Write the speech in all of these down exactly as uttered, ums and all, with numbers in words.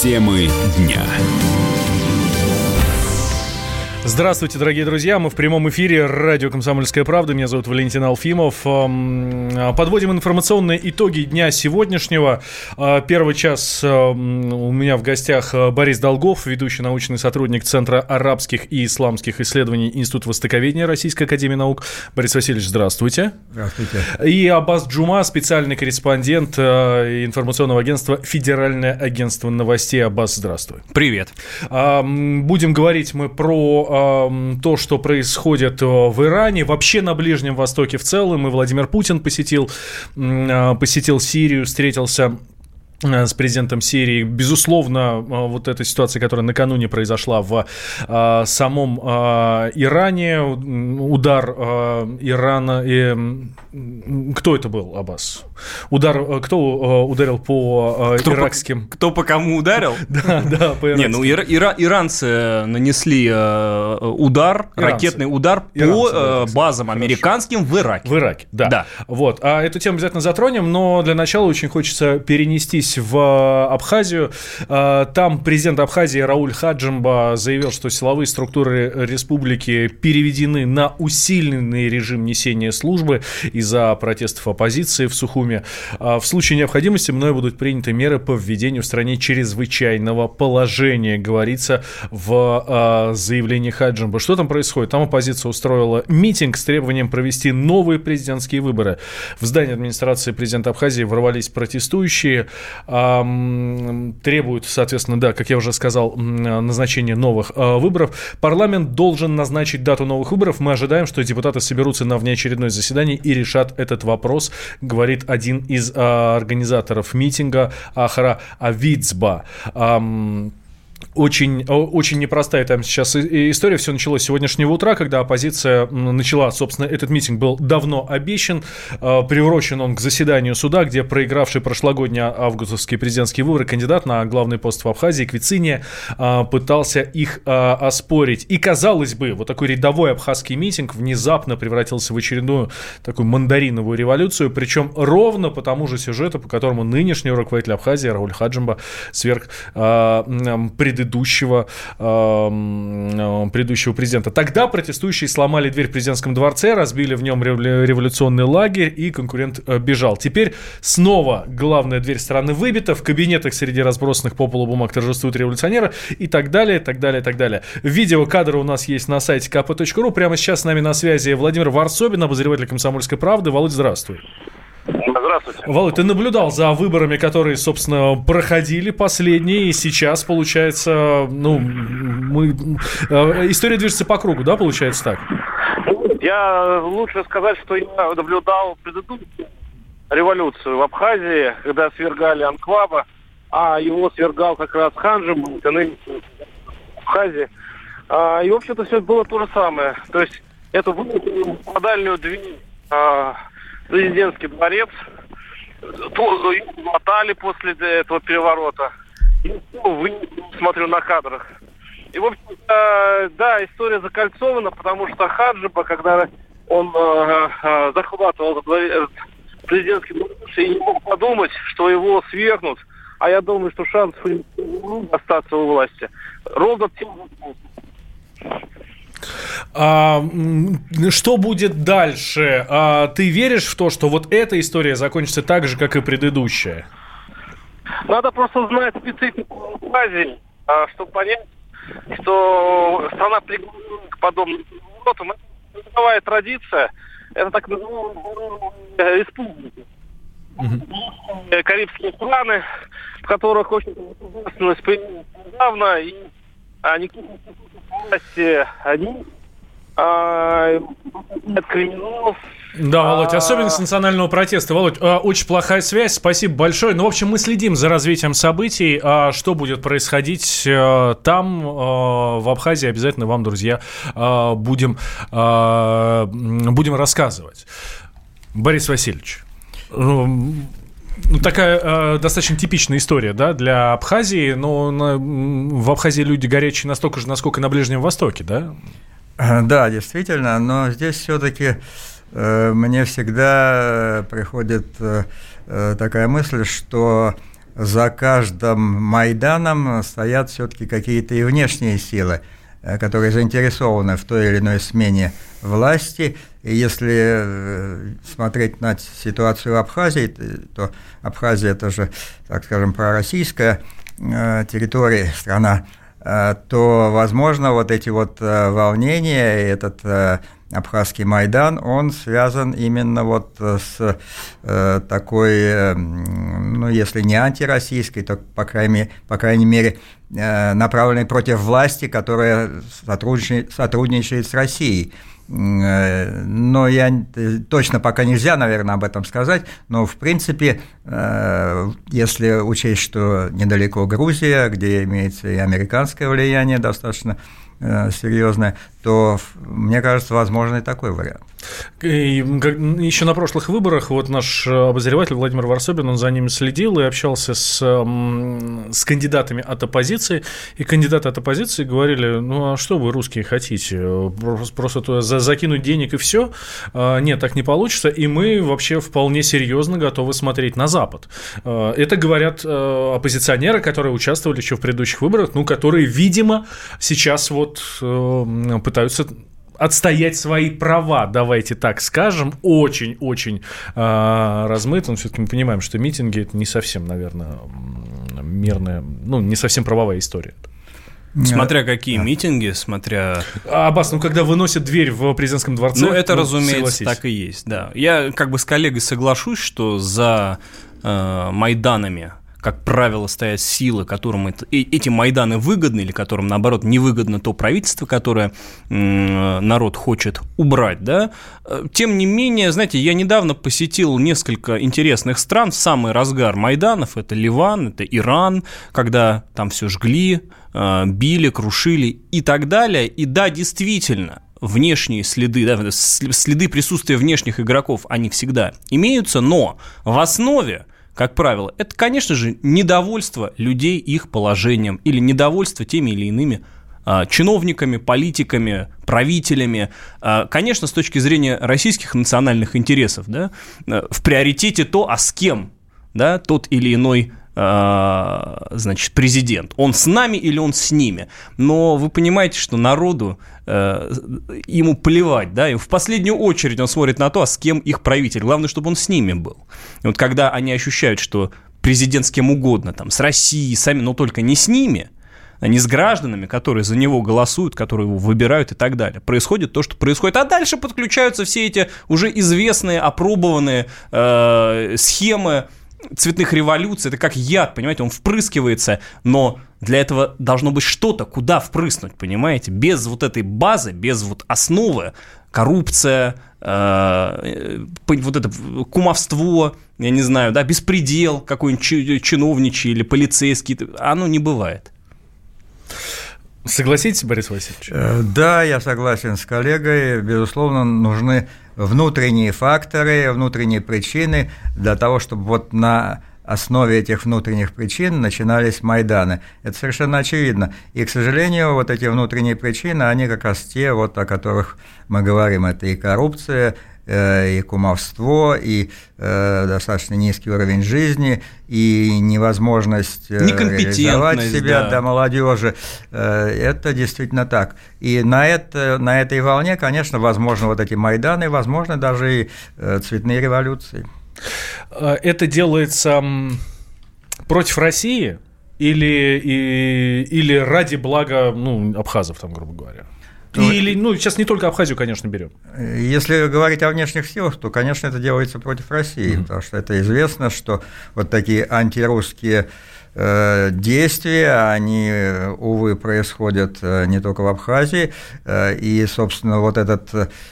Темы дня. Здравствуйте, дорогие друзья. Мы в прямом эфире радио «Комсомольская правда». Меня зовут Валентин Алфимов. Подводим информационные итоги дня сегодняшнего. Первый час у меня в гостях Борис Долгов, ведущий научный сотрудник Центра арабских и исламских исследований Института востоковедения Российской академии наук. Борис Васильевич, здравствуйте. Здравствуйте. И Аббас Джума, специальный корреспондент информационного агентства «Федеральное агентство новостей». Аббас, здравствуй. Привет. Будем говорить мы про то, что происходит в Иране, вообще на Ближнем Востоке в целом. И Владимир Путин посетил, посетил Сирию, встретился с президентом Сирии. Безусловно, вот эта ситуация, которая накануне произошла в а, самом а, Иране, удар а, Ирана, и, кто это был, Аббас? Удар, кто а, ударил по а, кто иракским... По, кто по кому ударил? Да, да, по иракским. Не, ну ира, ира, иранцы нанесли э, удар, иранцы. ракетный удар иранцы, по э, базам Хорошо. американским в Ираке. В Ираке, да. да. Вот. А эту тему обязательно затронем, но для начала очень хочется перенестись в Абхазию. Там президент Абхазии Рауль Хаджимба заявил, что силовые структуры республики переведены на усиленный режим несения службы из-за протестов оппозиции в Сухуме. В случае необходимости мною будут приняты меры по введению в стране чрезвычайного положения, говорится в заявлении Хаджимба. Что там происходит? Там оппозиция устроила митинг с требованием провести новые президентские выборы. В здание администрации президента Абхазии ворвались протестующие, требуют, соответственно, да, как я уже сказал, назначения новых выборов. Парламент должен назначить дату новых выборов. Мы ожидаем, что депутаты соберутся на внеочередное заседание и решат этот вопрос, говорит один из организаторов митинга Ахра Авицба. Очень, очень непростая там сейчас история. Все началось с сегодняшнего утра, когда оппозиция начала, собственно, этот митинг был давно обещан. Приурочен он к заседанию суда, где проигравший прошлогодние августовские президентские выборы кандидат на главный пост в Абхазии Квицыния пытался их оспорить. И, казалось бы, вот такой рядовой абхазский митинг внезапно превратился в очередную такую мандариновую революцию, причем ровно по тому же сюжету, по которому нынешний руководитель Абхазии Рауль Хаджимба сверг предыдущего, э, предыдущего президента. Тогда протестующие сломали дверь в президентском дворце, разбили в нем революционный лагерь, и конкурент бежал. Теперь снова главная дверь страны выбита, в кабинетах среди разбросанных по полу бумаг торжествуют революционеры, и так далее, так далее, так далее. Видео, кадры у нас есть на сайте ка пэ точка ру. Прямо сейчас с нами на связи Владимир Варсобин, обозреватель «Комсомольской правды». Володь, здравствуй. Здравствуйте. Володь, ты наблюдал за выборами, которые, собственно, проходили последние, и сейчас, получается, ну, мы... история движется по кругу, да, получается так? Я лучше сказать, что я наблюдал предыдущую революцию в Абхазии, когда свергали Анклава, а его свергал как раз Хаджимба, в Абхазии. И, в общем-то, все было то же самое. То есть, эту модальную дверь... президентский дворец, мотали после этого переворота. И вы, смотрю на кадрах. И, в общем-то, да, история закольцована, потому что Хаджиба, когда он э, э, захватывал президентский дворец, и не мог подумать, что его свергнут, а я думаю, что шансов остаться у власти ровно тем. А, что будет дальше? А, ты веришь в то, что вот эта история закончится так же, как и предыдущая? Надо просто знать специфику Азии, чтобы понять, что страна приговорена к подобным поворотам. Это мировая традиция, это так называемая республика. Mm-hmm. Карибские страны, в которых очень государственность появилась недавно, и они власти они а, криминал. Да, Володь, особенность национального протеста. Володь, очень плохая связь, спасибо большое. Ну, в общем, мы следим за развитием событий. Что будет происходить там, в Абхазии, обязательно вам, друзья, будем, будем рассказывать. Борис Васильевич, ну, такая э, достаточно типичная история, да, для Абхазии, но на, в Абхазии люди горячие настолько же, насколько и на Ближнем Востоке, да? Да, действительно, но здесь все-таки э, мне всегда приходит э, такая мысль, что за каждым Майданом стоят все-таки какие-то и внешние силы, которые заинтересованы в той или иной смене власти. И если смотреть на ситуацию в Абхазии, то Абхазия – это же, так скажем, пророссийская территория, страна, то, возможно, вот эти вот волнения, этот Абхазский Майдан, он связан именно вот с э, такой, э, ну, если не антироссийской, то, по крайней, по крайней мере, э, направленной против власти, которая сотрудничает, сотрудничает с Россией. Но я точно пока нельзя, наверное, об этом сказать, но, в принципе, если учесть, что недалеко Грузия, где имеется и американское влияние достаточно серьезное, то, мне кажется, возможен и такой вариант. И еще на прошлых выборах вот наш обозреватель Владимир Варсобин, он за ними следил и общался с, с кандидатами от оппозиции, и кандидаты от оппозиции говорили: ну а что вы, русские, хотите? Просто, просто туда закинуть денег и все? Нет, так не получится, и мы вообще вполне серьезно готовы смотреть на Запад. Это говорят оппозиционеры, которые участвовали еще в предыдущих выборах, ну, которые, видимо, сейчас вот пытаются отстоять свои права, давайте так скажем, очень-очень э, размыто. Но все-таки мы понимаем, что митинги – это не совсем, наверное, мирная, ну, не совсем правовая история. Смотря какие митинги, смотря... Аббас, ну, когда выносят дверь в президентском дворце... Ну, это, ну, разумеется, согласись. Так и есть, да. Я как бы с коллегой соглашусь, что за э, Майданами, как правило, стоят силы, которым это, эти Майданы выгодны, или которым, наоборот, невыгодно то правительство, которое м, народ хочет убрать, да. Тем не менее, знаете, я недавно посетил несколько интересных стран в самый разгар Майданов. Это Ливан, это Иран, когда там все жгли, били, крушили и так далее. И да, действительно, внешние следы, да, следы присутствия внешних игроков, они всегда имеются, но в основе, как правило, это, конечно же, недовольство людей их положением или недовольство теми или иными а, чиновниками, политиками, правителями. А, конечно, с точки зрения российских национальных интересов, да, в приоритете то, а с кем, да, тот или иной а, значит, президент. Он с нами или он с ними. Но вы понимаете, что народу а, ему плевать, да, и в последнюю очередь он смотрит на то, а с кем их правитель. Главное, чтобы он с ними был. И вот когда они ощущают, что президент с кем угодно, там, с Россией, сами, но только не с ними, а не с гражданами, которые за него голосуют, которые его выбирают и так далее, происходит то, что происходит. А дальше подключаются все эти уже известные, опробованные э, схемы цветных революций. Это как яд, понимаете, он впрыскивается, но для этого должно быть что-то, куда впрыснуть, понимаете? Без вот этой базы, без вот основы, коррупция, э, вот это кумовство, я не знаю, да, беспредел какой-нибудь чиновничий или полицейский, оно не бывает. Согласитесь, Борис Васильевич? Да, я согласен с коллегой. Безусловно, нужны внутренние факторы, внутренние причины для того, чтобы вот на основе этих внутренних причин начинались Майданы. Это совершенно очевидно. И, к сожалению, вот эти внутренние причины, они как раз те, вот, о которых мы говорим. Это и коррупция, и кумовство, и э, достаточно низкий уровень жизни, и невозможность реализовать себя, да, для молодежи. Это действительно так. И на, это, на этой волне, конечно, возможно вот эти Майданы, возможно даже и цветные революции. Это делается против России или, и, или ради блага, ну, абхазов, там, грубо говоря? Или, ну, сейчас не только Абхазию, конечно, берем. Если говорить о внешних силах, то, конечно, это делается против России, mm-hmm. потому что это известно, что вот такие антирусские э, действия, они, увы, происходят не только в Абхазии, э, и, собственно, вот этот,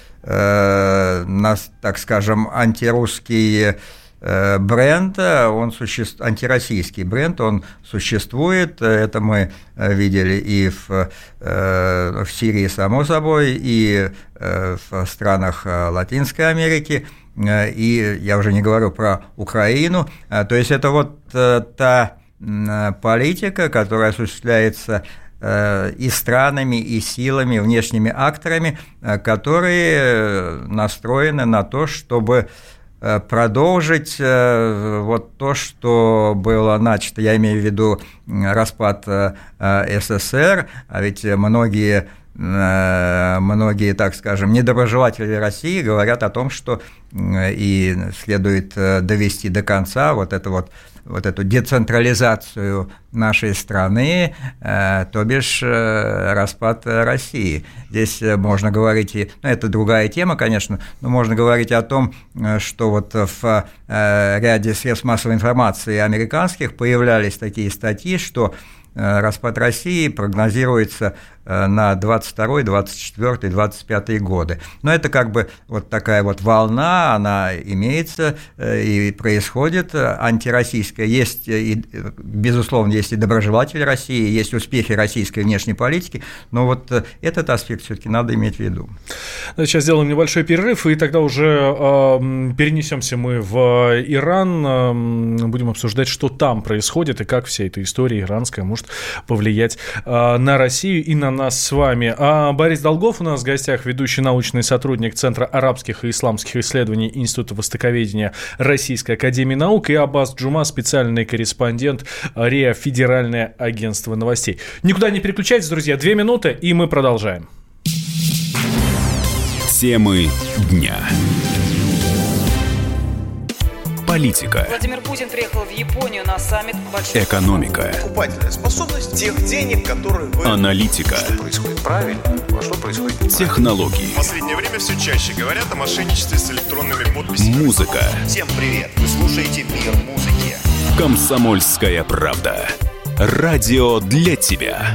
э, нас, так скажем, антирусский бренд, он существ... антироссийский бренд, он существует, это мы видели и в, в Сирии, само собой, и в странах Латинской Америки, и я уже не говорю про Украину, то есть это вот та политика, которая осуществляется и странами, и силами, внешними акторами, которые настроены на то, чтобы продолжить вот то, что было начато, я имею в виду распад СССР, а ведь многие Многие, так скажем, недоброжелатели России говорят о том, что и следует довести до конца вот это вот вот эту децентрализацию нашей страны, то бишь распад России. Здесь можно говорить, и, ну, это другая тема, конечно, но можно говорить о том, что вот в ряде средств массовой информации американских появлялись такие статьи, что распад России прогнозируется на двадцать второй, двадцать четвёртый, двадцать пятый годы. Но это как бы вот такая вот волна, она имеется и происходит антироссийская. Есть, и, безусловно, есть и доброжелатели России, есть успехи российской внешней политики, но вот этот аспект все-таки надо иметь в виду. Сейчас сделаем небольшой перерыв, и тогда уже э, перенесемся мы в Иран, э, будем обсуждать, что там происходит и как вся эта история иранская может повлиять э, на Россию и на нас с вами. А Борис Долгов у нас в гостях, ведущий научный сотрудник Центра арабских и исламских исследований Института востоковедения Российской академии наук, и Аббас Джума, специальный корреспондент РИА Федеральное агентство новостей. Никуда не переключайтесь, друзья, две минуты, и мы продолжаем. Темы дня. Политика. Владимир Путин приехал в Японию на саммит большой... Экономика. Покупательная способность тех денег, которые вы... Аналитика. Что происходит правильно, а что происходит неправильно. Технологии. В последнее время все чаще говорят о мошенничестве с электронными подписями. Музыка. Всем привет! Вы слушаете «Мир музыки». Комсомольская правда. Радио для тебя.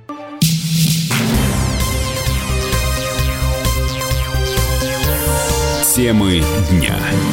Темы дня.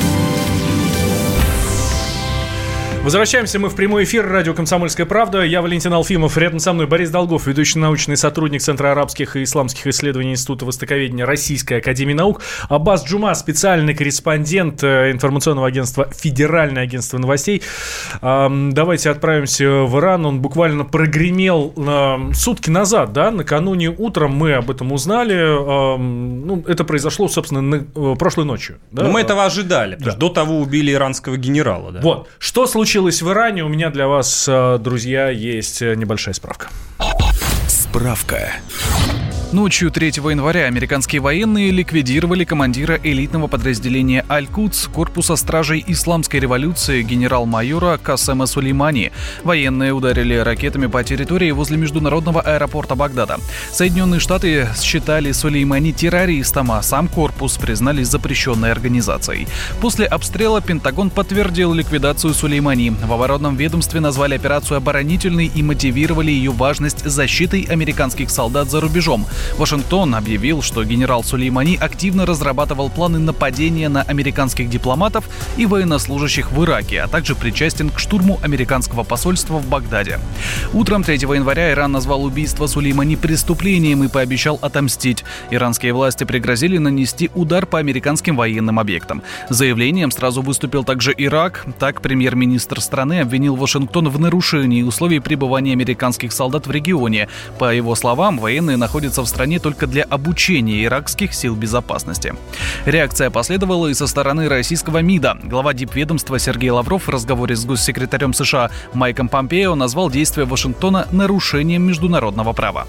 Возвращаемся мы в прямой эфир радио «Комсомольская правда». Я Валентин Алфимов, рядом со мной Борис Долгов, ведущий научный сотрудник Центра арабских и исламских исследований Института востоковедения Российской академии наук. Аббас Джума, специальный корреспондент информационного агентства «Федеральное агентство новостей». Давайте отправимся в Иран. Он буквально прогремел сутки назад, да, накануне утром мы об этом узнали. Ну, это произошло, собственно, прошлой ночью. Да? Но мы этого ожидали, потому да. что до того убили иранского генерала. Да. Вот. Что случилось в Иране? У меня для вас, друзья, есть небольшая справка. Справка. Ночью третьего января американские военные ликвидировали командира элитного подразделения Аль-Кудс корпуса стражей исламской революции генерал-майора Касема Сулеймани. Военные ударили ракетами по территории возле международного аэропорта Багдада. Соединенные Штаты считали Сулеймани террористом, а сам корпус признали запрещенной организацией. После обстрела Пентагон подтвердил ликвидацию Сулеймани. В оборонном ведомстве назвали операцию оборонительной и мотивировали ее важность защитой американских солдат за рубежом. Вашингтон объявил, что генерал Сулеймани активно разрабатывал планы нападения на американских дипломатов и военнослужащих в Ираке, а также причастен к штурму американского посольства в Багдаде. Утром третьего января Иран назвал убийство Сулеймани преступлением и пообещал отомстить. Иранские власти пригрозили нанести удар по американским военным объектам. С заявлением сразу выступил также Ирак. Так, премьер-министр страны обвинил Вашингтон в нарушении условий пребывания американских солдат в регионе. По его словам, военные находятся в стране только для обучения иракских сил безопасности. Реакция последовала и со стороны российского МИДа. Глава дипведомства Сергей Лавров в разговоре с госсекретарем США Майком Помпео назвал действия Вашингтона нарушением международного права.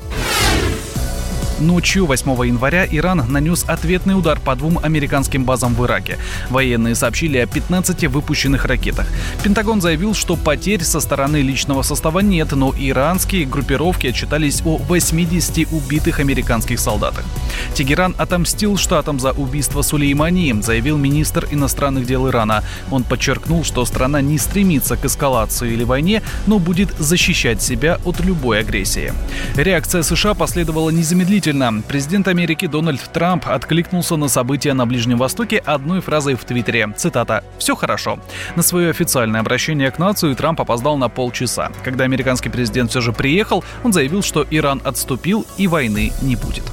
Ночью восьмого января Иран нанес ответный удар по двум американским базам в Ираке. Военные сообщили о пятнадцати выпущенных ракетах. Пентагон заявил, что потерь со стороны личного состава нет, но иранские группировки отчитались о восьмидесяти убитых американских солдатах. Тегеран отомстил штатам за убийство Сулеймани, заявил министр иностранных дел Ирана. Он подчеркнул, что страна не стремится к эскалации или войне, но будет защищать себя от любой агрессии. Реакция США последовала незамедлительно. Президент Америки Дональд Трамп откликнулся на события на Ближнем Востоке одной фразой в Твиттере. Цитата: «Все хорошо». На свое официальное обращение к нации Трамп опоздал на полчаса. Когда американский президент все же приехал, он заявил, что Иран отступил и войны не будет.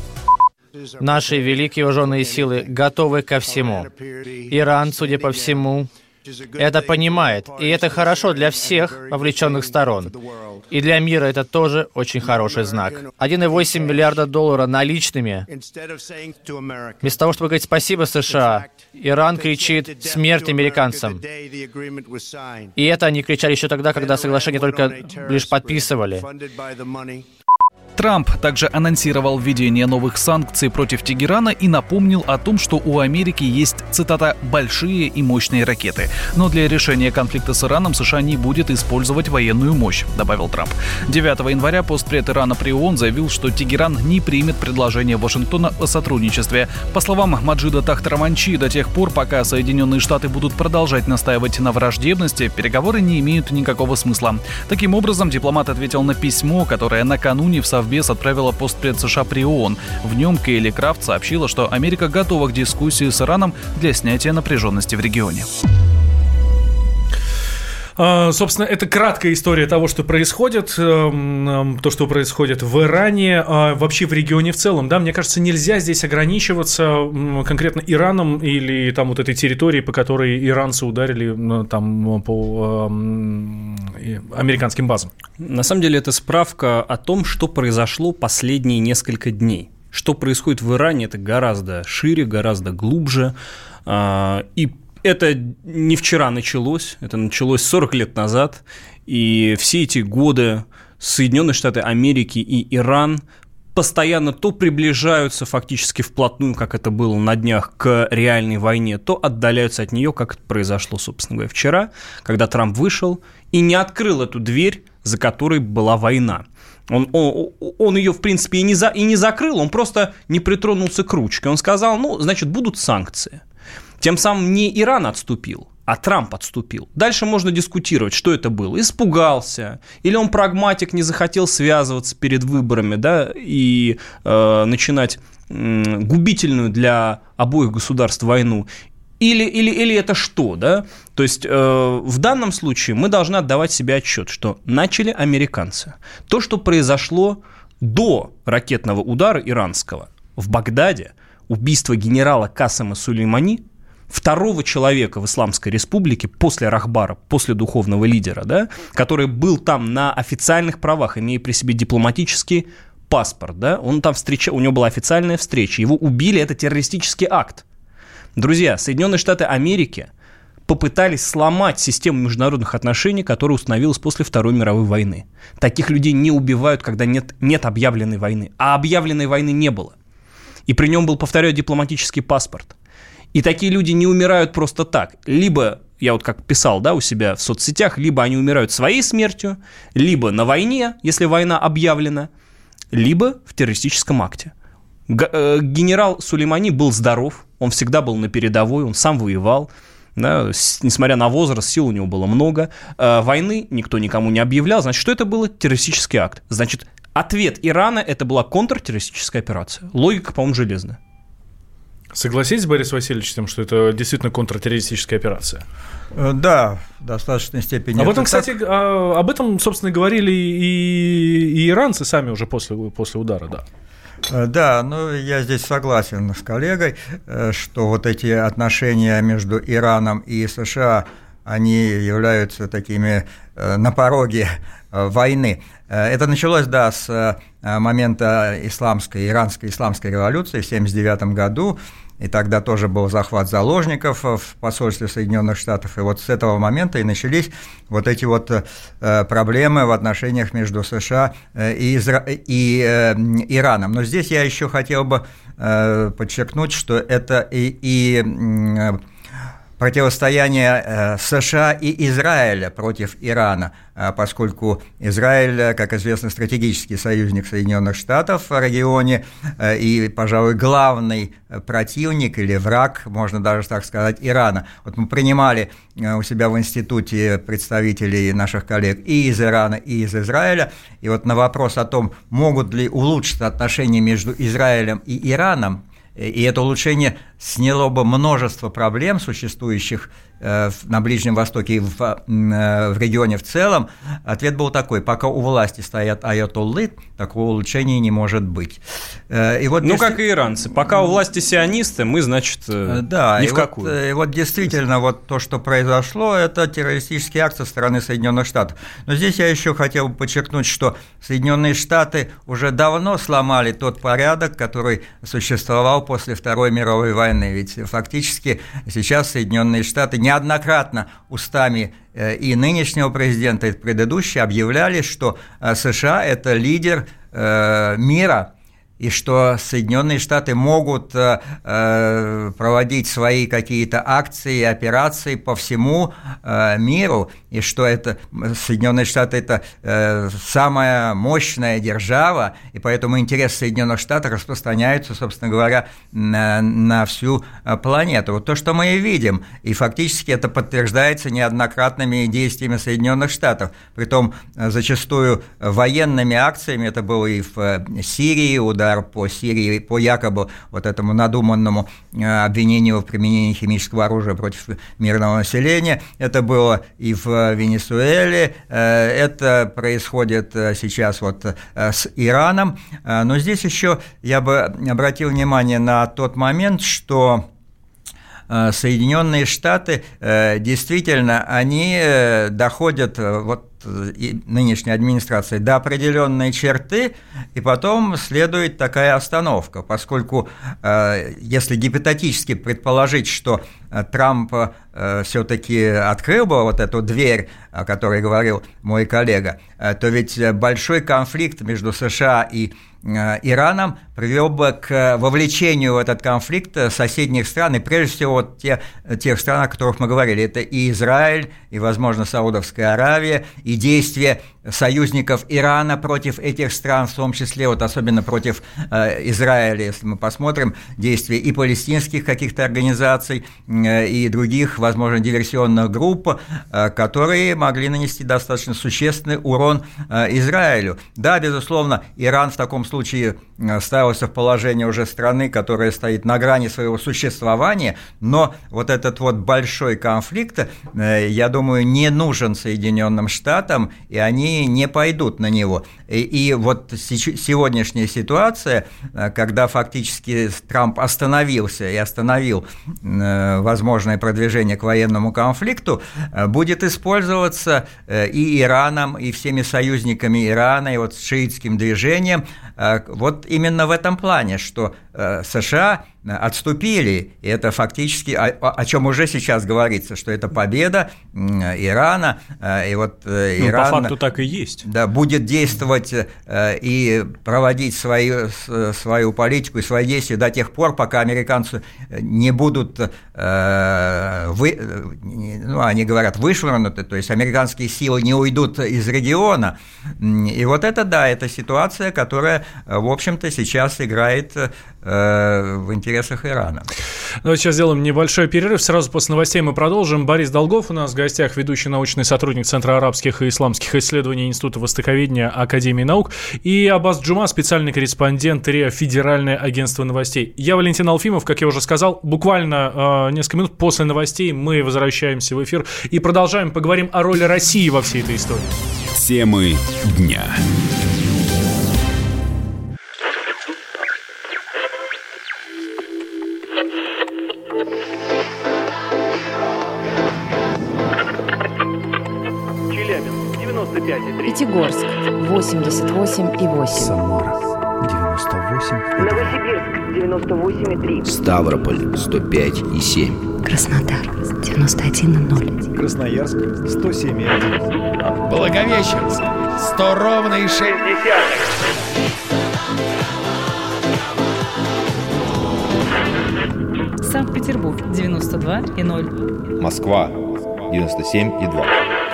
Наши великие вооруженные силы готовы ко всему. Иран, судя по всему, это понимает, и это хорошо для всех вовлеченных сторон. И для мира это тоже очень хороший знак. один целых восемь десятых миллиарда долларов наличными. Вместо того, чтобы говорить «спасибо, США», Иран кричит «смерть американцам». И это они кричали еще тогда, когда соглашение только лишь подписывали. Трамп также анонсировал введение новых санкций против Тегерана и напомнил о том, что у Америки есть, цитата, «большие и мощные ракеты». Но для решения конфликта с Ираном США не будет использовать военную мощь, добавил Трамп. девятого января постпред Ирана при ООН заявил, что Тегеран не примет предложение Вашингтона о сотрудничестве. По словам Маджида Тахт-Раманчи, до тех пор, пока Соединенные Штаты будут продолжать настаивать на враждебности, переговоры не имеют никакого смысла. Таким образом, дипломат ответил на письмо, которое накануне в Совбез отправила постпред США при ООН. В нем Кейли Крафт сообщила, что Америка готова к дискуссии с Ираном для снятия напряженности в регионе. Собственно, это краткая история того, что происходит, то, что происходит в Иране, вообще в регионе в целом. Да, мне кажется, нельзя здесь ограничиваться конкретно Ираном или там вот этой территорией, по которой иранцы ударили там по американским базам. На самом деле, это справка о том, что произошло последние несколько дней. Что происходит в Иране, это гораздо шире, гораздо глубже, и это не вчера началось, это началось сорок лет назад, и все эти годы Соединенные Штаты Америки и Иран постоянно то приближаются фактически вплотную, как это было на днях, к реальной войне, то отдаляются от нее, как это произошло, собственно говоря, вчера, когда Трамп вышел и не открыл эту дверь, за которой была война. Он, он, он ее, в принципе, и не, за, и не закрыл, он просто не притронулся к ручке. Он сказал, ну, значит, будут санкции. Тем самым не Иран отступил, а Трамп отступил. Дальше можно дискутировать, что это было. Испугался, или он прагматик, не захотел связываться перед выборами, да, и э, начинать э, губительную для обоих государств войну. Или, или, или это что, да? То есть э, в данном случае мы должны отдавать себе отчет, что начали американцы. То, что произошло до ракетного удара иранского в Багдаде, убийство генерала Касема Сулеймани, второго человека в Исламской Республике после Рахбара, после духовного лидера, да, который был там на официальных правах, имея при себе дипломатический паспорт, да, он там встреча, у него была официальная встреча, его убили, это террористический акт. Друзья, Соединенные Штаты Америки попытались сломать систему международных отношений, которая установилась после Второй мировой войны. Таких людей не убивают, когда нет, нет объявленной войны, а объявленной войны не было. И при нем был, повторяю, дипломатический паспорт. И такие люди не умирают просто так. Либо, я вот как писал, да, у себя в соцсетях, либо они умирают своей смертью, либо на войне, если война объявлена, либо в террористическом акте. Г- генерал Сулеймани был здоров, он всегда был на передовой, он сам воевал, да, с, несмотря на возраст, сил у него было много. Э, войны никто никому не объявлял, значит, что это был террористический акт? Значит, ответ Ирана – это была контртеррористическая операция. Логика, по-моему, железная. Согласитесь, Борис Васильевич, с тем, что это действительно контртеррористическая операция? Да, в достаточной степени. Об этом, кстати, так... об этом, собственно, говорили и, и иранцы сами уже после, после удара, да. Да, ну я здесь согласен с коллегой, что вот эти отношения между Ираном и США, они являются такими на пороге войны. Это началось, да, с момента исламской, иранской исламской революции в семьдесят девятом году, и тогда тоже был захват заложников в посольстве Соединенных Штатов, и вот с этого момента и начались вот эти вот проблемы в отношениях между США и, Изра... и Ираном. Но здесь я еще хотел бы подчеркнуть, что это и, и противостояние США и Израиля против Ирана, поскольку Израиль, как известно, стратегический союзник Соединенных Штатов в регионе и, пожалуй, главный противник или враг, можно даже так сказать, Ирана. Вот мы принимали у себя в институте представителей наших коллег и из Ирана, и из Израиля, и вот на вопрос о том, могут ли улучшиться отношения между Израилем и Ираном, и это улучшение сняло бы множество проблем, существующих на Ближнем Востоке и в, в регионе в целом, ответ был такой: пока у власти стоят аятоллы, такого улучшения не может быть. И вот ну, дес... как и иранцы. Пока у власти сионисты, мы, значит, да, ни в и какую. Вот, и вот действительно вот то, что произошло, это террористический акт со стороны Соединенных Штатов. Но здесь я еще хотел бы подчеркнуть, что Соединенные Штаты уже давно сломали тот порядок, который существовал после Второй мировой войны. Ведь фактически сейчас Соединенные Штаты неоднократно устами и нынешнего президента, и предыдущего объявляли, что США – это лидер мира, и что Соединенные Штаты могут э, проводить свои какие-то акции и операции по всему э, миру, и что это, Соединенные Штаты – это э, самая мощная держава, и поэтому интересы Соединенных Штатов распространяются, собственно говоря, на, на всю планету. Вот то, что мы и видим, и фактически это подтверждается неоднократными действиями Соединенных Штатов, притом зачастую военными акциями. Это было и в Сирии, удар по Сирии, по якобы вот этому надуманному обвинению в применении химического оружия против мирного населения. Это было и в Венесуэле, это происходит сейчас вот с Ираном. Но здесь еще я бы обратил внимание на тот момент, что Соединенные Штаты действительно, они доходят вот и нынешней администрации до определенной черты, и потом следует такая остановка, поскольку э, если гипотетически предположить, что Трамп э, все-таки открыл бы вот эту дверь, о которой говорил мой коллега, э, то ведь большой конфликт между США и э, Ираном привел бы к вовлечению в этот конфликт соседних стран, и прежде всего вот те, тех стран, о которых мы говорили, это и Израиль, и, возможно, Саудовская Аравия, и действия союзников Ирана против этих стран, в том числе вот особенно против э, Израиля, если мы посмотрим, действия и палестинских каких-то организаций, э, и других, возможно, диверсионных групп, э, которые могли нанести достаточно существенный урон э, Израилю. Да, безусловно, Иран в таком случае ставился в положение уже страны, которая стоит на грани своего существования, но вот этот вот большой конфликт, э, я думаю, не нужен Соединенным Штатам, и они не пойдут на него. И, и вот сегодняшняя ситуация, когда фактически Трамп остановился и остановил э, возможное продвижение к военному конфликту, э, будет использоваться э, и Ираном, и всеми союзниками Ирана, и вот шиитским движением, э, вот именно в этом плане, что э, США отступили, и это фактически, о, о чем уже сейчас говорится, что это победа Ирана, и вот ну, Иран... по факту так и есть. Да, будет действовать э, и проводить свою, свою политику и свои действия до тех пор, пока американцы не будут, э, вы, ну, они говорят, вышвырнуты, то есть американские силы не уйдут из региона. И вот это, да, это ситуация, которая, в общем-то, сейчас играет э, в интересах Ирана. Ну, сейчас сделаем небольшой перерыв. Сразу после новостей мы продолжим. Борис Долгов у нас в гостях, ведущий научный сотрудник Центра арабских и исламских исследований Института востоковедения Академии наук, и Аббас Джума, специальный корреспондент РИА Федеральное агентство новостей. Я Валентин Алфимов, как я уже сказал, буквально э, несколько минут после новостей мы возвращаемся в эфир и продолжаем, поговорим о роли России во всей этой истории. Темы дня. Пятигорск восемьдесят восемь и восемь. Самара девяносто восемь и два. Новосибирск девяносто восемь и три. Ставрополь сто пять и семь. Краснодар девяносто один и ноль. Красноярск сто семь и один. Благовещенск сто ровно и шесть десятых. Санкт-Петербург девяносто два и ноль. Москва девяносто семь и два.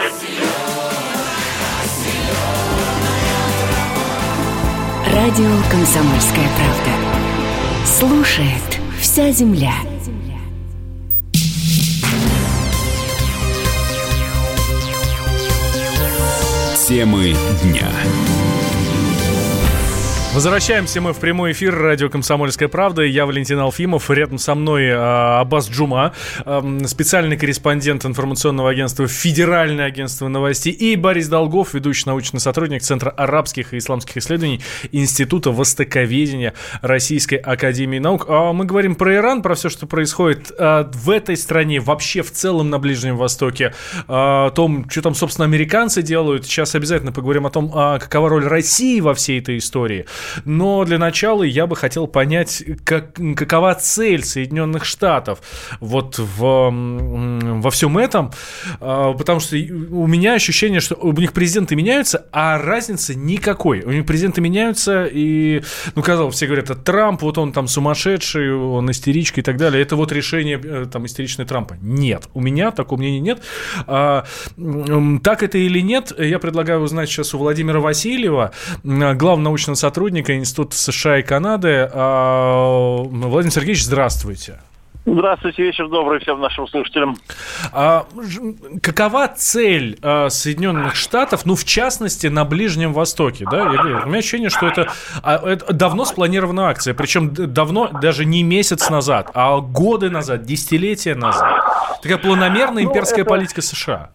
Радио «Комсомольская правда». Слушает вся земля. Темы дня. Возвращаемся мы в прямой эфир радио «Комсомольская правда». Я Валентин Алфимов, рядом со мной э, Аббас Джума, э, специальный корреспондент информационного агентства «Федеральное агентство новостей», и Борис Долгов, ведущий научный сотрудник Центра арабских и исламских исследований Института востоковедения Российской академии наук. А мы говорим про Иран, про все, что происходит э, в этой стране, вообще в целом на Ближнем Востоке, э, о том, что там, собственно, американцы делают. Сейчас обязательно поговорим о том, э, какова роль России во всей этой истории. Но для начала я бы хотел понять, как, какова цель Соединенных Штатов вот в, во всем этом, потому что у меня ощущение, что у них президенты меняются, а разницы никакой. У них президенты меняются, и, ну, казалось, все говорят, это Трамп, вот он там сумасшедший, он истеричка и так далее. Это вот решение там истеричной Трампа. Нет, у меня такого мнения нет. А, так это или нет, я предлагаю узнать сейчас у Владимира Васильева, главного научного сотрудника Института США и Канады. Владимир Сергеевич, здравствуйте. Здравствуйте, вечер добрый всем нашим слушателям. А, какова цель а, Соединенных Штатов, ну, в частности, на Ближнем Востоке? Да? Я говорю, у меня ощущение, что это, а, это давно спланированная акция, причем давно, даже не месяц назад, а годы назад, десятилетия назад. Такая планомерная имперская ну, это... политика США.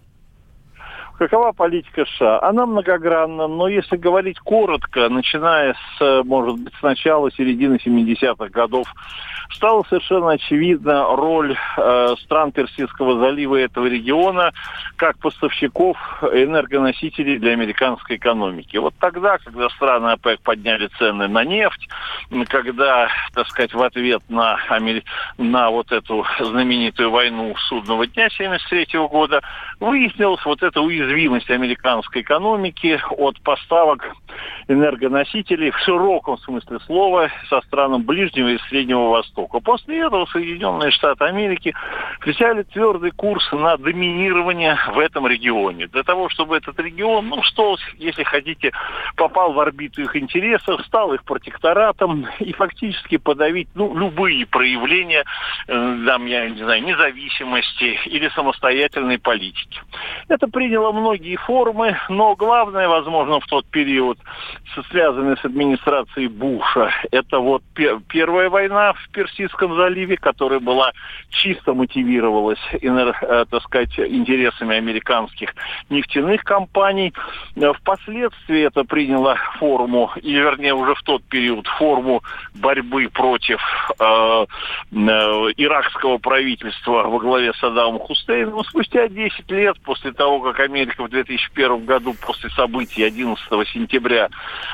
Какова политика США? Она многогранна, но если говорить коротко, начиная с, может быть, с начала, середины семидесятых годов, стала совершенно очевидна роль э, стран Персидского залива и этого региона как поставщиков энергоносителей для американской экономики. Вот тогда, когда страны ОПЕК подняли цены на нефть, когда, так сказать, в ответ на, на вот эту знаменитую войну судного дня семьдесят третьего года, выяснилась вот эта уязвимость американской экономики от поставок энергоносителей в широком смысле слова со странам Ближнего и Среднего Востока. После этого Соединенные Штаты Америки взяли твердый курс на доминирование в этом регионе. Для того, чтобы этот регион, ну что, если хотите, попал в орбиту их интересов, стал их протекторатом и фактически подавить ну, любые проявления э, там, я не знаю, независимости или самостоятельной политики. Это приняло многие формы, но главное, возможно, в тот период, связанный с администрацией Буша, это вот пер- первая война в Персидском заливе, которая была чисто мотивировалась, э, так сказать, интересами американских нефтяных компаний. Впоследствии это приняло форму, или вернее уже в тот период, форму борьбы против э, э, иракского правительства во главе с Саддамом Хусейном. Спустя десять лет после того, как Америка в две тысячи первом году после событий одиннадцатого сентября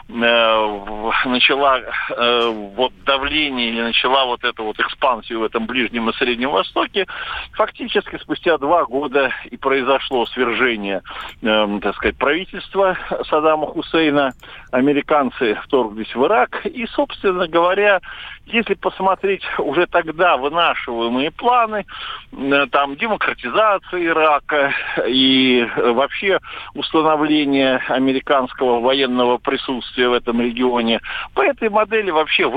э, начала э, вот давление или начала вот эту вот экспансию в этом Ближнем и Среднем Востоке, фактически спустя два года и произошло свержение, э, так сказать, правительства Саддама Хусейна. Американцы вторглись в Ирак и, собственно говоря, если посмотреть уже тогда вынашиваемые планы, там демократизация Ирака и вообще установление американского военного присутствия в этом регионе, по этой модели вообще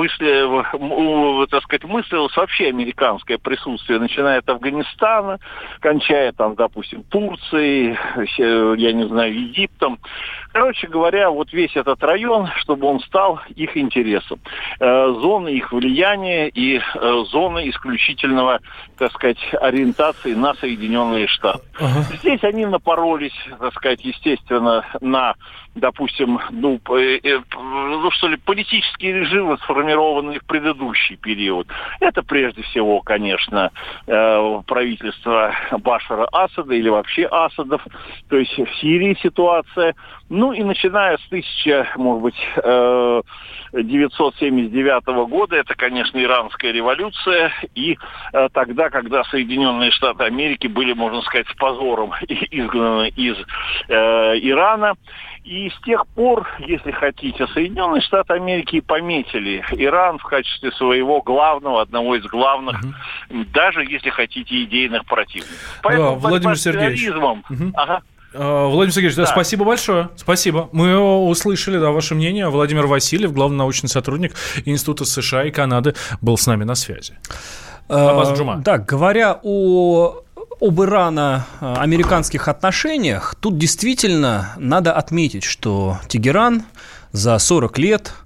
вышли, так сказать, мыслилось вообще американское присутствие, начиная от Афганистана, кончая там, допустим, Турцией, я не знаю, Египтом. Короче говоря, вот весь этот район, чтобы он стал их интересом. Э, зоны их влияния и э, зоны исключительного, так сказать, ориентации на Соединенные Штаты. Uh-huh. Здесь они напоролись, так сказать, естественно, на, допустим, ну, э, э, ну что ли, политические режимы, сформированные в предыдущий период. Это прежде всего, конечно, э, правительство Башара Асада или вообще Асадов, то есть в Сирии ситуация. Ну и начиная с тысяча, может быть, девятьсот семьдесят девятого года, это, конечно, Иранская революция, и тогда, когда Соединенные Штаты Америки были, можно сказать, с позором изгнаны из э, Ирана. И с тех пор, если хотите, Соединенные Штаты Америки пометили Иран в качестве своего главного, одного из главных, uh-huh. даже, если хотите, идейных противников. Поэтому да, Владимир Сергеевич. Uh-huh. Ага. Владимир Сергеевич, да, да. спасибо большое. Спасибо. Мы услышали, да, ваше мнение. Владимир Васильев, главный научный сотрудник Института США и Канады, был с нами на связи. Аббас Джума. Да, говоря о... об ирано-американских отношениях, тут действительно надо отметить, что Тегеран за сорок лет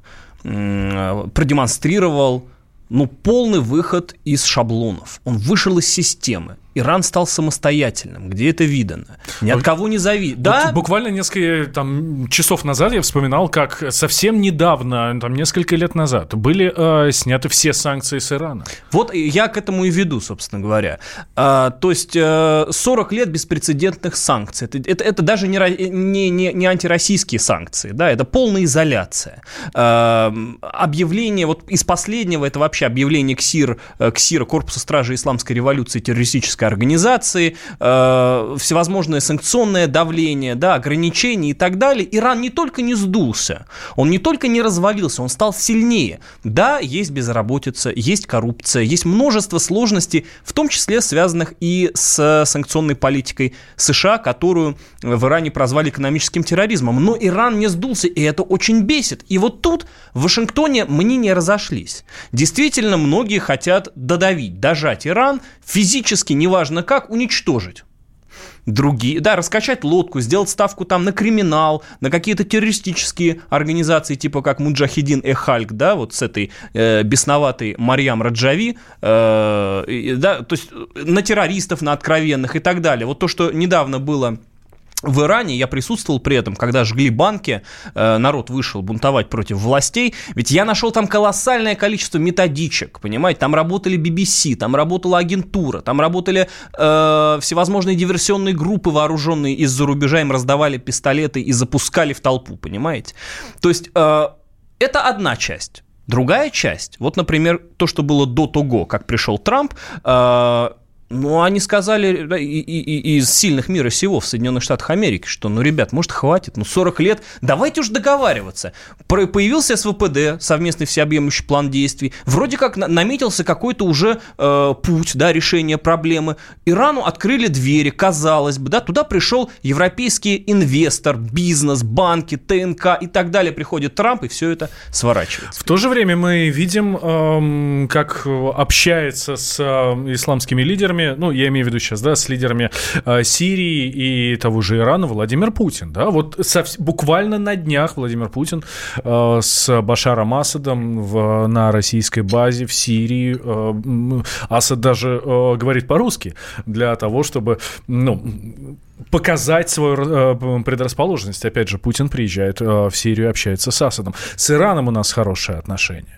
продемонстрировал, ну, полный выход из шаблонов. Он вышел из системы. Иран стал самостоятельным, где это видано. Ни от кого не зависит. Да? Буквально несколько там, часов назад я вспоминал, как совсем недавно, там, несколько лет назад, были э, сняты все санкции с Ирана. Вот я к этому и веду, собственно говоря. А, то есть э, сорок лет беспрецедентных санкций. Это, это, это даже не, не, не, не антироссийские санкции, да, это полная изоляция. А, объявление, вот из последнего, это вообще объявление КСИР, КСИРа, Корпуса стражей Исламской революции, террористической организации, э, всевозможное санкционное давление, да, ограничения и так далее. Иран не только не сдулся, он не только не развалился, он стал сильнее. Да, есть безработица, есть коррупция, есть множество сложностей, в том числе связанных и с санкционной политикой США, которую в Иране прозвали экономическим терроризмом. Но Иран не сдулся, и это очень бесит. И вот тут, в Вашингтоне, мнения разошлись. Действительно, многие хотят додавить, дожать Иран, физически не важно как, уничтожить. Другие, да, раскачать лодку, сделать ставку там на криминал, на какие-то террористические организации, типа как Муджахидин-э-Хальк, да, вот с этой э, бесноватой Марьям Раджави, э, да, то есть на террористов, на откровенных и так далее. Вот то, что недавно было в Иране, я присутствовал при этом, когда жгли банки, э, народ вышел бунтовать против властей, ведь я нашел там колоссальное количество методичек, понимаете, там работали би би си, там работала агентура, там работали э, всевозможные диверсионные группы, вооруженные из-за рубежа, им раздавали пистолеты и запускали в толпу, понимаете. То есть э, это одна часть. Другая часть, вот, например, то, что было до того, как пришел Трамп, э, ну, они сказали да, и, и, и из сильных мира сего в Соединенных Штатах Америки, что, ну, ребят, может, хватит, ну, сорок лет, давайте уж договариваться. Про, появился эс вэ пэ дэ, совместный всеобъемлющий план действий, вроде как на, наметился какой-то уже э, путь, да, решения проблемы. Ирану открыли двери, казалось бы, да, туда пришел европейский инвестор, бизнес, банки, тэ эн ка и так далее, приходит Трамп, и все это сворачивается. В то же время мы видим, э, как общается с э, исламскими лидерами, ну, я имею в виду сейчас, да, с лидерами э, Сирии и того же Ирана Владимир Путин, да, вот сов- буквально на днях Владимир Путин э, с Башаром Асадом в, на российской базе в Сирии, э, Асад даже э, говорит по-русски для того, чтобы, ну, показать свою э, предрасположенность. Опять же, Путин приезжает э, в Сирию, общается с Асадом. С Ираном у нас хорошие отношения.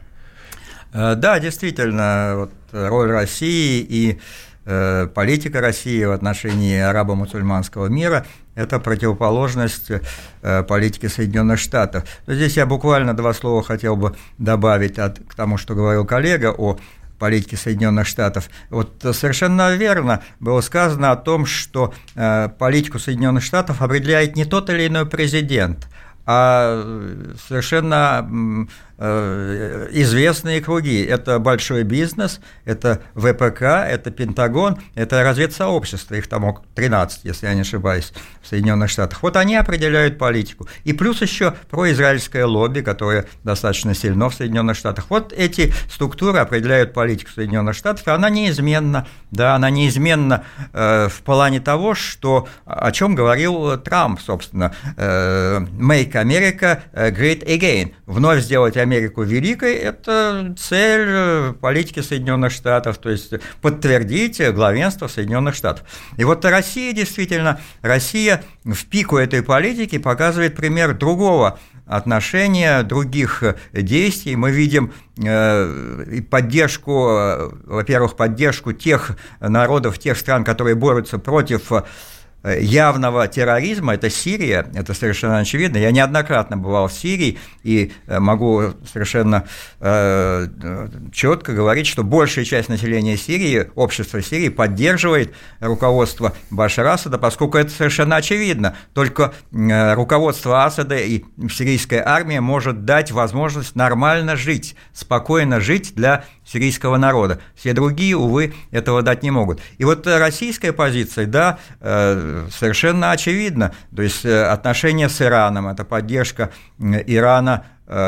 Да, действительно, вот роль России и э, политика России в отношении арабо-мусульманского мира – это противоположность э, политики Соединенных Штатов. Но здесь я буквально два слова хотел бы добавить от, к тому, что говорил коллега о политики Соединенных Штатов. Вот совершенно верно было сказано о том, что э, политику Соединенных Штатов определяет не тот или иной президент, а совершенно э, известные круги. Это большой бизнес, это вэ пэ ка, это Пентагон, это разведсообщество, их там тринадцать, если я не ошибаюсь, в Соединенных Штатах. Вот они определяют политику. И плюс еще произраильское лобби, которое достаточно сильно в Соединенных Штатах. Вот эти структуры определяют политику Соединенных Штатов, и она неизменна. Да, она неизменна э, в плане того, что, о чем говорил Трамп, собственно, э, «Make America Great Again». Вновь сделать Америку великой – это цель политики Соединенных Штатов, то есть подтвердить главенство Соединенных Штатов. И вот Россия, действительно, Россия в пику этой политики показывает пример другого отношения, других действий. Мы видим э, поддержку, во-первых, поддержку тех народов, тех стран, которые борются против явного терроризма. Это Сирия, это совершенно очевидно. Я неоднократно бывал в Сирии и могу совершенно э, четко говорить, что большая часть населения Сирии, общества Сирии поддерживает руководство Башара Асада, поскольку это совершенно очевидно. Только э, руководство Асада и сирийская армия может дать возможность нормально жить, спокойно жить для сирийского народа. Все другие, увы, этого дать не могут. И вот российская позиция, да, совершенно очевидна. То есть отношения с Ираном, это поддержка Ирана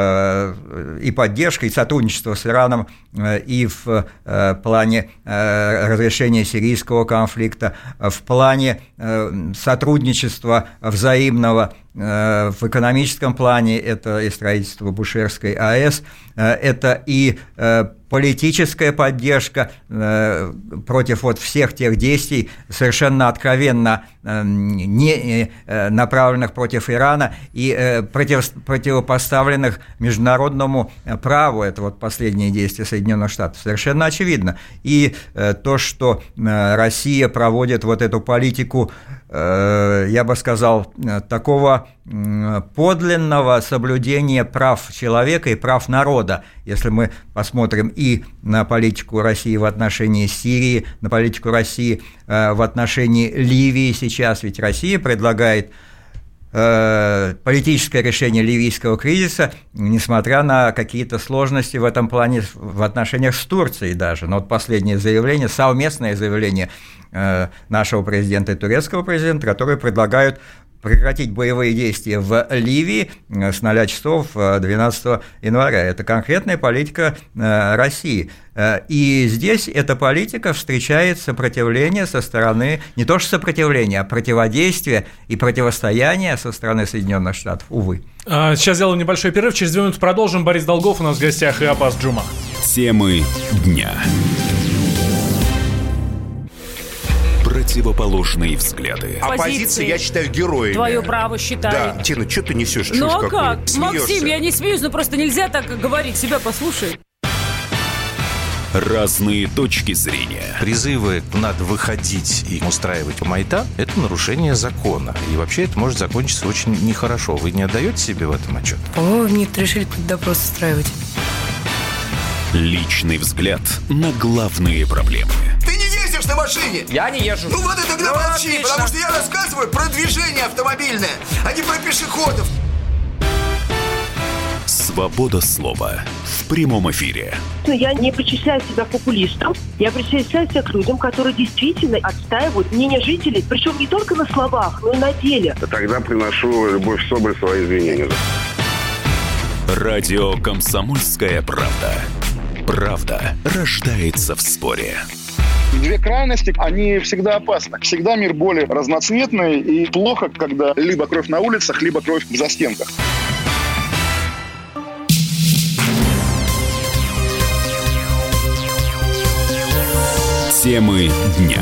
и поддержка, и сотрудничество с Ираном и в плане разрешения сирийского конфликта, в плане сотрудничества взаимного в экономическом плане это и строительство Бушерской АЭС, это и политическая поддержка против вот всех тех действий, совершенно откровенно не направленных против Ирана и против, противопоставленных международному праву. Это вот последние действия Соединенных Штатов. Совершенно очевидно. И то, что Россия проводит вот эту политику, я бы сказал, такого подлинного соблюдения прав человека и прав народа. Если мы посмотрим и на политику России в отношении Сирии, на политику России в отношении Ливии сейчас, ведь Россия предлагает политическое решение ливийского кризиса, несмотря на какие-то сложности в этом плане в отношениях с Турцией даже. Но вот последнее заявление, совместное заявление нашего президента и турецкого президента, которые предлагают прекратить боевые действия в Ливии с нуля часов двенадцатого января. Это конкретная политика России. И здесь эта политика встречает сопротивление со стороны, не то что сопротивление, а противодействие и противостояние со стороны Соединенных Штатов, увы. Сейчас сделаем небольшой перерыв, через две минуты продолжим. Борис Долгов у нас в гостях и Аббас Джума. Темы дня. Противоположные взгляды. Оппозиция, я считаю, героями. Твое право считаю. Да, Тина, что ты несешь? Ну а как? Максим, я не смеюсь, но просто нельзя так говорить. Себя послушай. Разные точки зрения. Призывы «надо выходить и устраивать майдан» — это нарушение закона. И вообще это может закончиться очень нехорошо. Вы не отдаете себе в этом отчет? По-моему, нет, решили какой-то допрос устраивать. Личный взгляд на главные проблемы. Ты не ездишь на машине? Я не езжу. Ну вот и тогда ну, молчи, отлично. потому что я рассказываю про движение автомобильное, а не про пешеходов. Свобода слова в прямом эфире. Я не причисляю себя к популистам, я причисляю себя к людям, которые действительно отстаивают мнение жителей, причем не только на словах, но и на деле. Тогда приношу Любовь Соболь свои извинения. Радио «Комсомольская правда». Правда рождается в споре. Две крайности, они всегда опасны. Всегда мир более разноцветный, и плохо, когда либо кровь на улицах, либо кровь в застенках. Темы дня.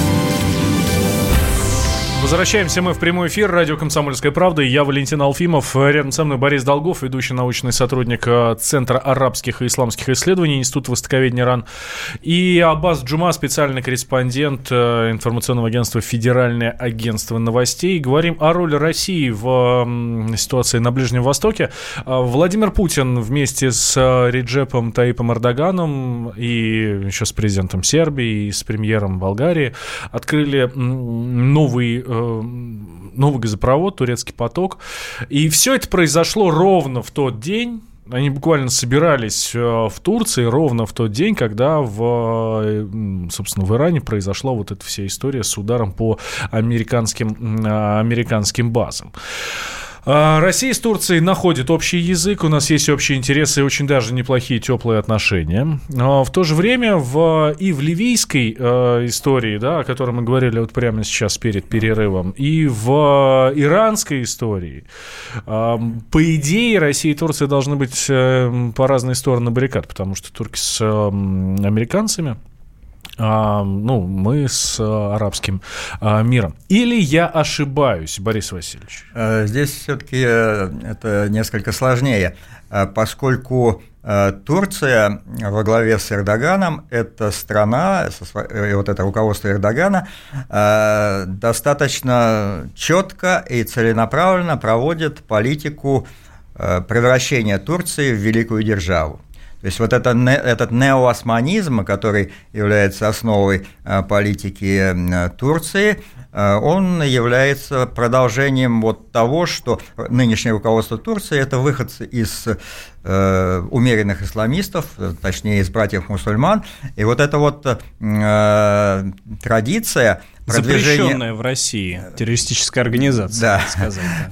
Возвращаемся мы в прямой эфир. Радио «Комсомольская правда». Я Валентин Алфимов. Рядом со мной Борис Долгов, ведущий научный сотрудник Центра арабских и исламских исследований, Института востоковедения РАН. И Аббас Джума, специальный корреспондент информационного агентства «Федеральное агентство новостей». Говорим о роли России в ситуации на Ближнем Востоке. Владимир Путин вместе с Реджепом Таyyипом Эрдоганом и еще с президентом Сербии и с премьером Болгарии открыли новый новый газопровод, турецкий поток. И все это произошло ровно в тот день. Они буквально собирались в Турции ровно в тот день, когда в, собственно, в Иране произошла вот эта вся история с ударом по американским, американским базам. Россия с Турцией находит общий язык, у нас есть общие интересы и очень даже неплохие теплые отношения. В то же время в, и в ливийской э, истории, да, о которой мы говорили вот прямо сейчас перед перерывом, и в иранской истории, э, по идее, Россия и Турция должны быть э, по разные стороны баррикад, потому что турки с э, американцами, А, ну, мы с а, арабским а, миром. Или я ошибаюсь, Борис Васильевич? Здесь все-таки это несколько сложнее, поскольку Турция во главе с Эрдоганом – это страна, и вот это руководство Эрдогана достаточно четко и целенаправленно проводит политику превращения Турции в великую державу. То есть вот это, этот неоосманизм, который является основой политики Турции, он является продолжением вот того, что нынешнее руководство Турции – это выходцы из э, умеренных исламистов, точнее, из братьев-мусульман, и вот эта вот э, традиция продвижения… Запрещенная в России террористическая организация, да. так сказать.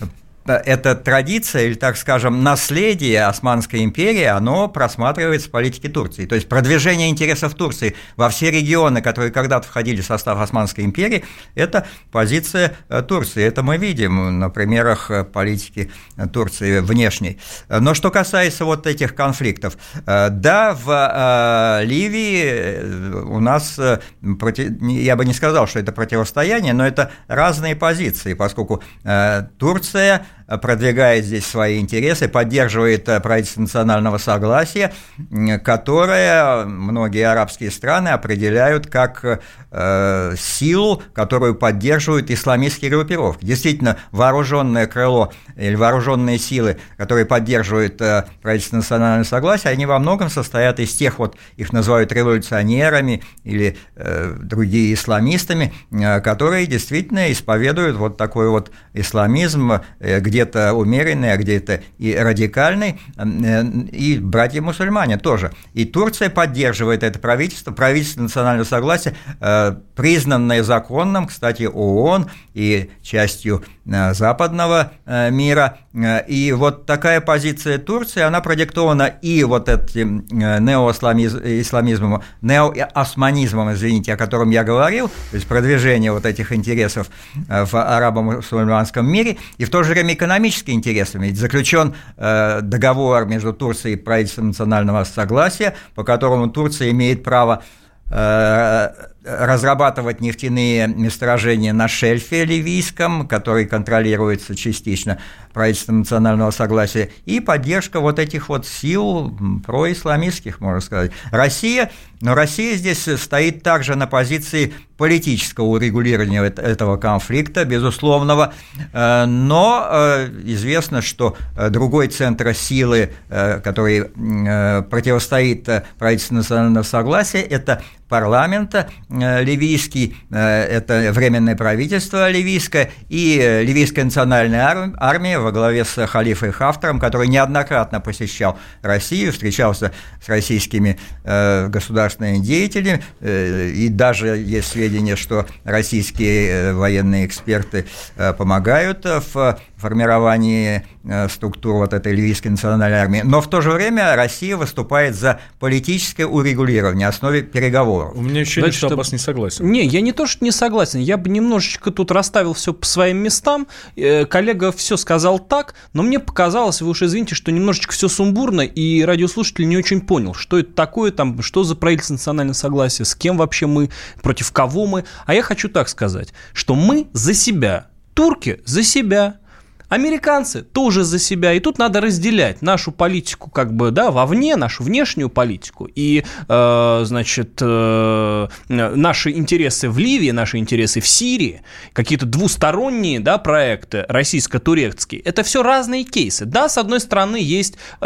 эта традиция, или, так скажем, наследие Османской империи, оно просматривается в политике Турции. То есть продвижение интересов Турции во все регионы, которые когда-то входили в состав Османской империи, это позиция Турции. Это мы видим на примерах политики Турции внешней. Но что касается вот этих конфликтов, да, в Ливии у нас, я бы не сказал, что это противостояние, но это разные позиции, поскольку Турция продвигает здесь свои интересы, поддерживает правительство национального согласия, которое многие арабские страны определяют как э, силу, которую поддерживают исламистские группировки. Действительно, вооруженное крыло или вооруженные силы, которые поддерживают э, правительство национального согласия, они во многом состоят из тех, вот их называют революционерами или э, другие исламистами, э, которые действительно исповедуют вот такой вот исламизм, э, где-то умеренный, а где-то и радикальный, э, и братья-мусульмане тоже. И Турция поддерживает это правительство, правительство национального согласия, э, признанное законным, кстати, ООН и частью э, западного э, мира. И вот такая позиция Турции, она продиктована и вот этим неоисламизмом, неоосманизмом, извините, о котором я говорил, то есть продвижение вот этих интересов в арабо-мусульманском мире, и в то же время экономическими интересами. Ведь заключен договор между Турцией и правительством национального согласия, по которому Турция имеет право разрабатывать нефтяные месторождения на шельфе ливийском, который контролируется частично правительством национального согласия, и поддержка вот этих вот сил происламистских, можно сказать. Россия, но Россия здесь стоит также на позиции политического урегулирования этого конфликта, безусловного, но известно, что другой центр силы, который противостоит правительству национального согласия, это парламента ливийский, это временное правительство ливийское и ливийская национальная армия во главе с халифой Хафтаром, который неоднократно посещал Россию, встречался с российскими государственными деятелями, и даже есть сведения, что российские военные эксперты помогают в формировании структур вот этой ливийской национальной армии, но в то же время Россия выступает за политическое урегулирование на основе переговоров. У меня ощущение, что Аббас не согласен. Не, я не то, что не согласен, я бы немножечко тут расставил все по своим местам, коллега все сказал так, но мне показалось, вы уж извините, что немножечко все сумбурно, и радиослушатель не очень понял, что это такое, там, что за правительство национального согласия, с кем вообще мы, против кого мы, а я хочу так сказать, что мы за себя, турки за себя, американцы тоже за себя, и тут надо разделять нашу политику как бы, да, вовне, нашу внешнюю политику и, э, значит, э, наши интересы в Ливии, наши интересы в Сирии, какие-то двусторонние, да, проекты российско-турецкие, это все разные кейсы. Да, с одной стороны, есть э,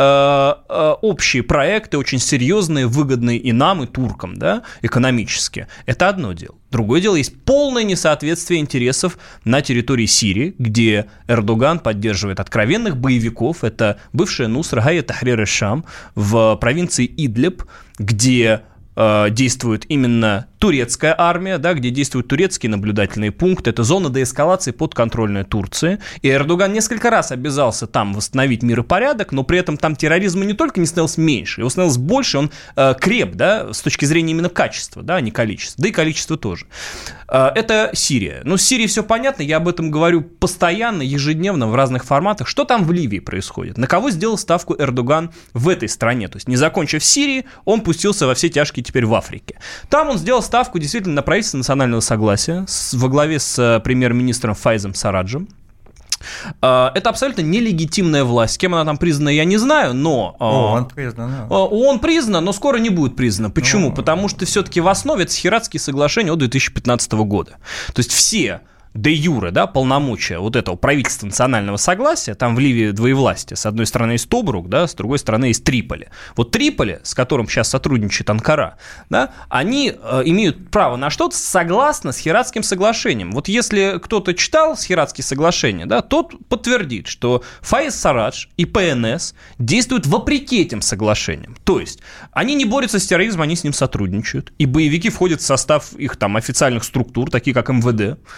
э, общие проекты, очень серьезные, выгодные и нам, и туркам, да, экономически. Это одно дело. Другое дело, есть полное несоответствие интересов на территории Сирии, где Эрдоган поддерживает откровенных боевиков. Это бывшая Нусра, Гая Тахрир эш-Шам в провинции Идлиб, где э, действует именно турецкая армия, да, где действуют турецкие наблюдательные пункты. Это зона деэскалации подконтрольная Турции. И Эрдоган несколько раз обязался там восстановить мир и порядок, но при этом там терроризма не только не становилось меньше, его становилось больше, он э, креп, да, с точки зрения именно качества, да, а не количества. Да и количество тоже. Э, это Сирия. Ну, с Сирией все понятно, я об этом говорю постоянно, ежедневно, в разных форматах. Что там в Ливии происходит? На кого сделал ставку Эрдоган в этой стране? То есть, не закончив Сирии, он пустился во все тяжкие теперь в Африке. Там он сделал ставку действительно на правительство национального согласия с, во главе с премьер-министром Файзом Сараджем. Это абсолютно нелегитимная власть. Кем она там признана, я не знаю, но... ООН признана. ООН признана, но скоро не будет признана. Почему? Ну... Потому что все-таки в основе это Схиратские соглашения от две тысячи пятнадцатого года. То есть все... де юре, да, полномочия вот этого правительства национального согласия, там в Ливии двоевластие, с одной стороны есть Тобрук, да, с другой стороны есть Триполи. Вот Триполи, с которым сейчас сотрудничает Анкара, да, они э, имеют право на что-то согласно Схиратским соглашениям. Вот если кто-то читал Схиратские соглашения, да, тот подтвердит, что Файз Сарадж и ПНС действуют вопреки этим соглашениям. То есть они не борются с терроризмом, они с ним сотрудничают, и боевики входят в состав их там официальных структур, такие как эм вэ дэ, например,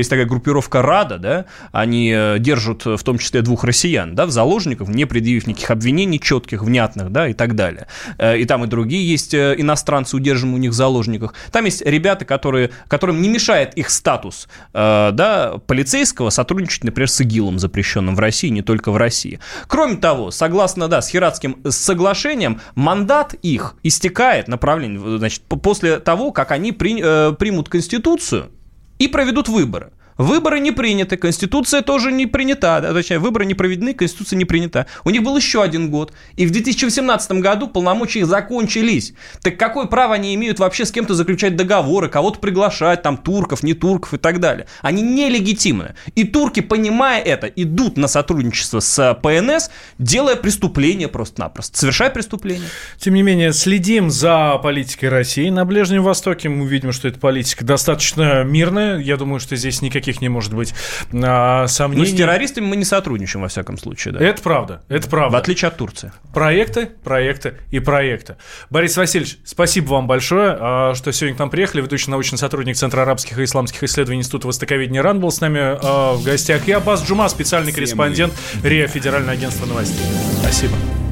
есть такая группировка Рада, да, они держат в том числе двух россиян, да, в заложниках, не предъявив никаких обвинений четких, внятных, да, и так далее. И там и другие есть иностранцы, удержанные у них в заложниках. Там есть ребята, которые, которым не мешает их статус, да, полицейского сотрудничать, например, с ИГИЛом, запрещенным в России, не только в России. Кроме того, согласно, да, с Хиратским соглашением, мандат их истекает, направление, значит, после того, как они при, э, примут Конституцию и проведут выборы. Выборы не приняты, Конституция тоже не принята, точнее, выборы не проведены, Конституция не принята. У них был еще один год, и в две тысячи восемнадцатом году полномочия их закончились. Так какое право они имеют вообще с кем-то заключать договоры, кого-то приглашать, там, турков, не турков и так далее? Они нелегитимны. И турки, понимая это, идут на сотрудничество с ПНС, делая преступление просто-напросто, совершая преступление. Тем не менее, следим за политикой России на Ближнем Востоке. Мы видим, что эта политика достаточно мирная. Я думаю, что здесь никаких не может быть а, сомнений. Но с террористами мы не сотрудничаем, во всяком случае. Да. Это правда, это правда. В отличие от Турции. Проекты, проекты и проекты. Борис Васильевич, спасибо вам большое, что сегодня к нам приехали. Ведущий научный сотрудник Центра арабских и исламских исследований Института востоковедения РАН был с нами в гостях. И Аббас Джума, специальный корреспондент РИА, Федеральное агентство новостей. Спасибо.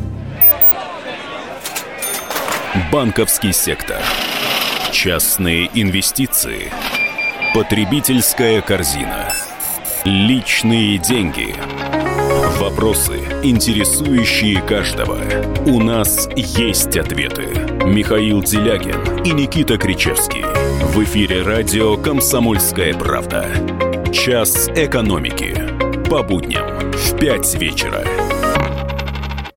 Банковский сектор. Частные инвестиции. Потребительская корзина. Личные деньги. Вопросы, интересующие каждого. У нас есть ответы. Михаил Делягин и Никита Кричевский. В эфире радио «Комсомольская правда». Час экономики. По будням в пять вечера.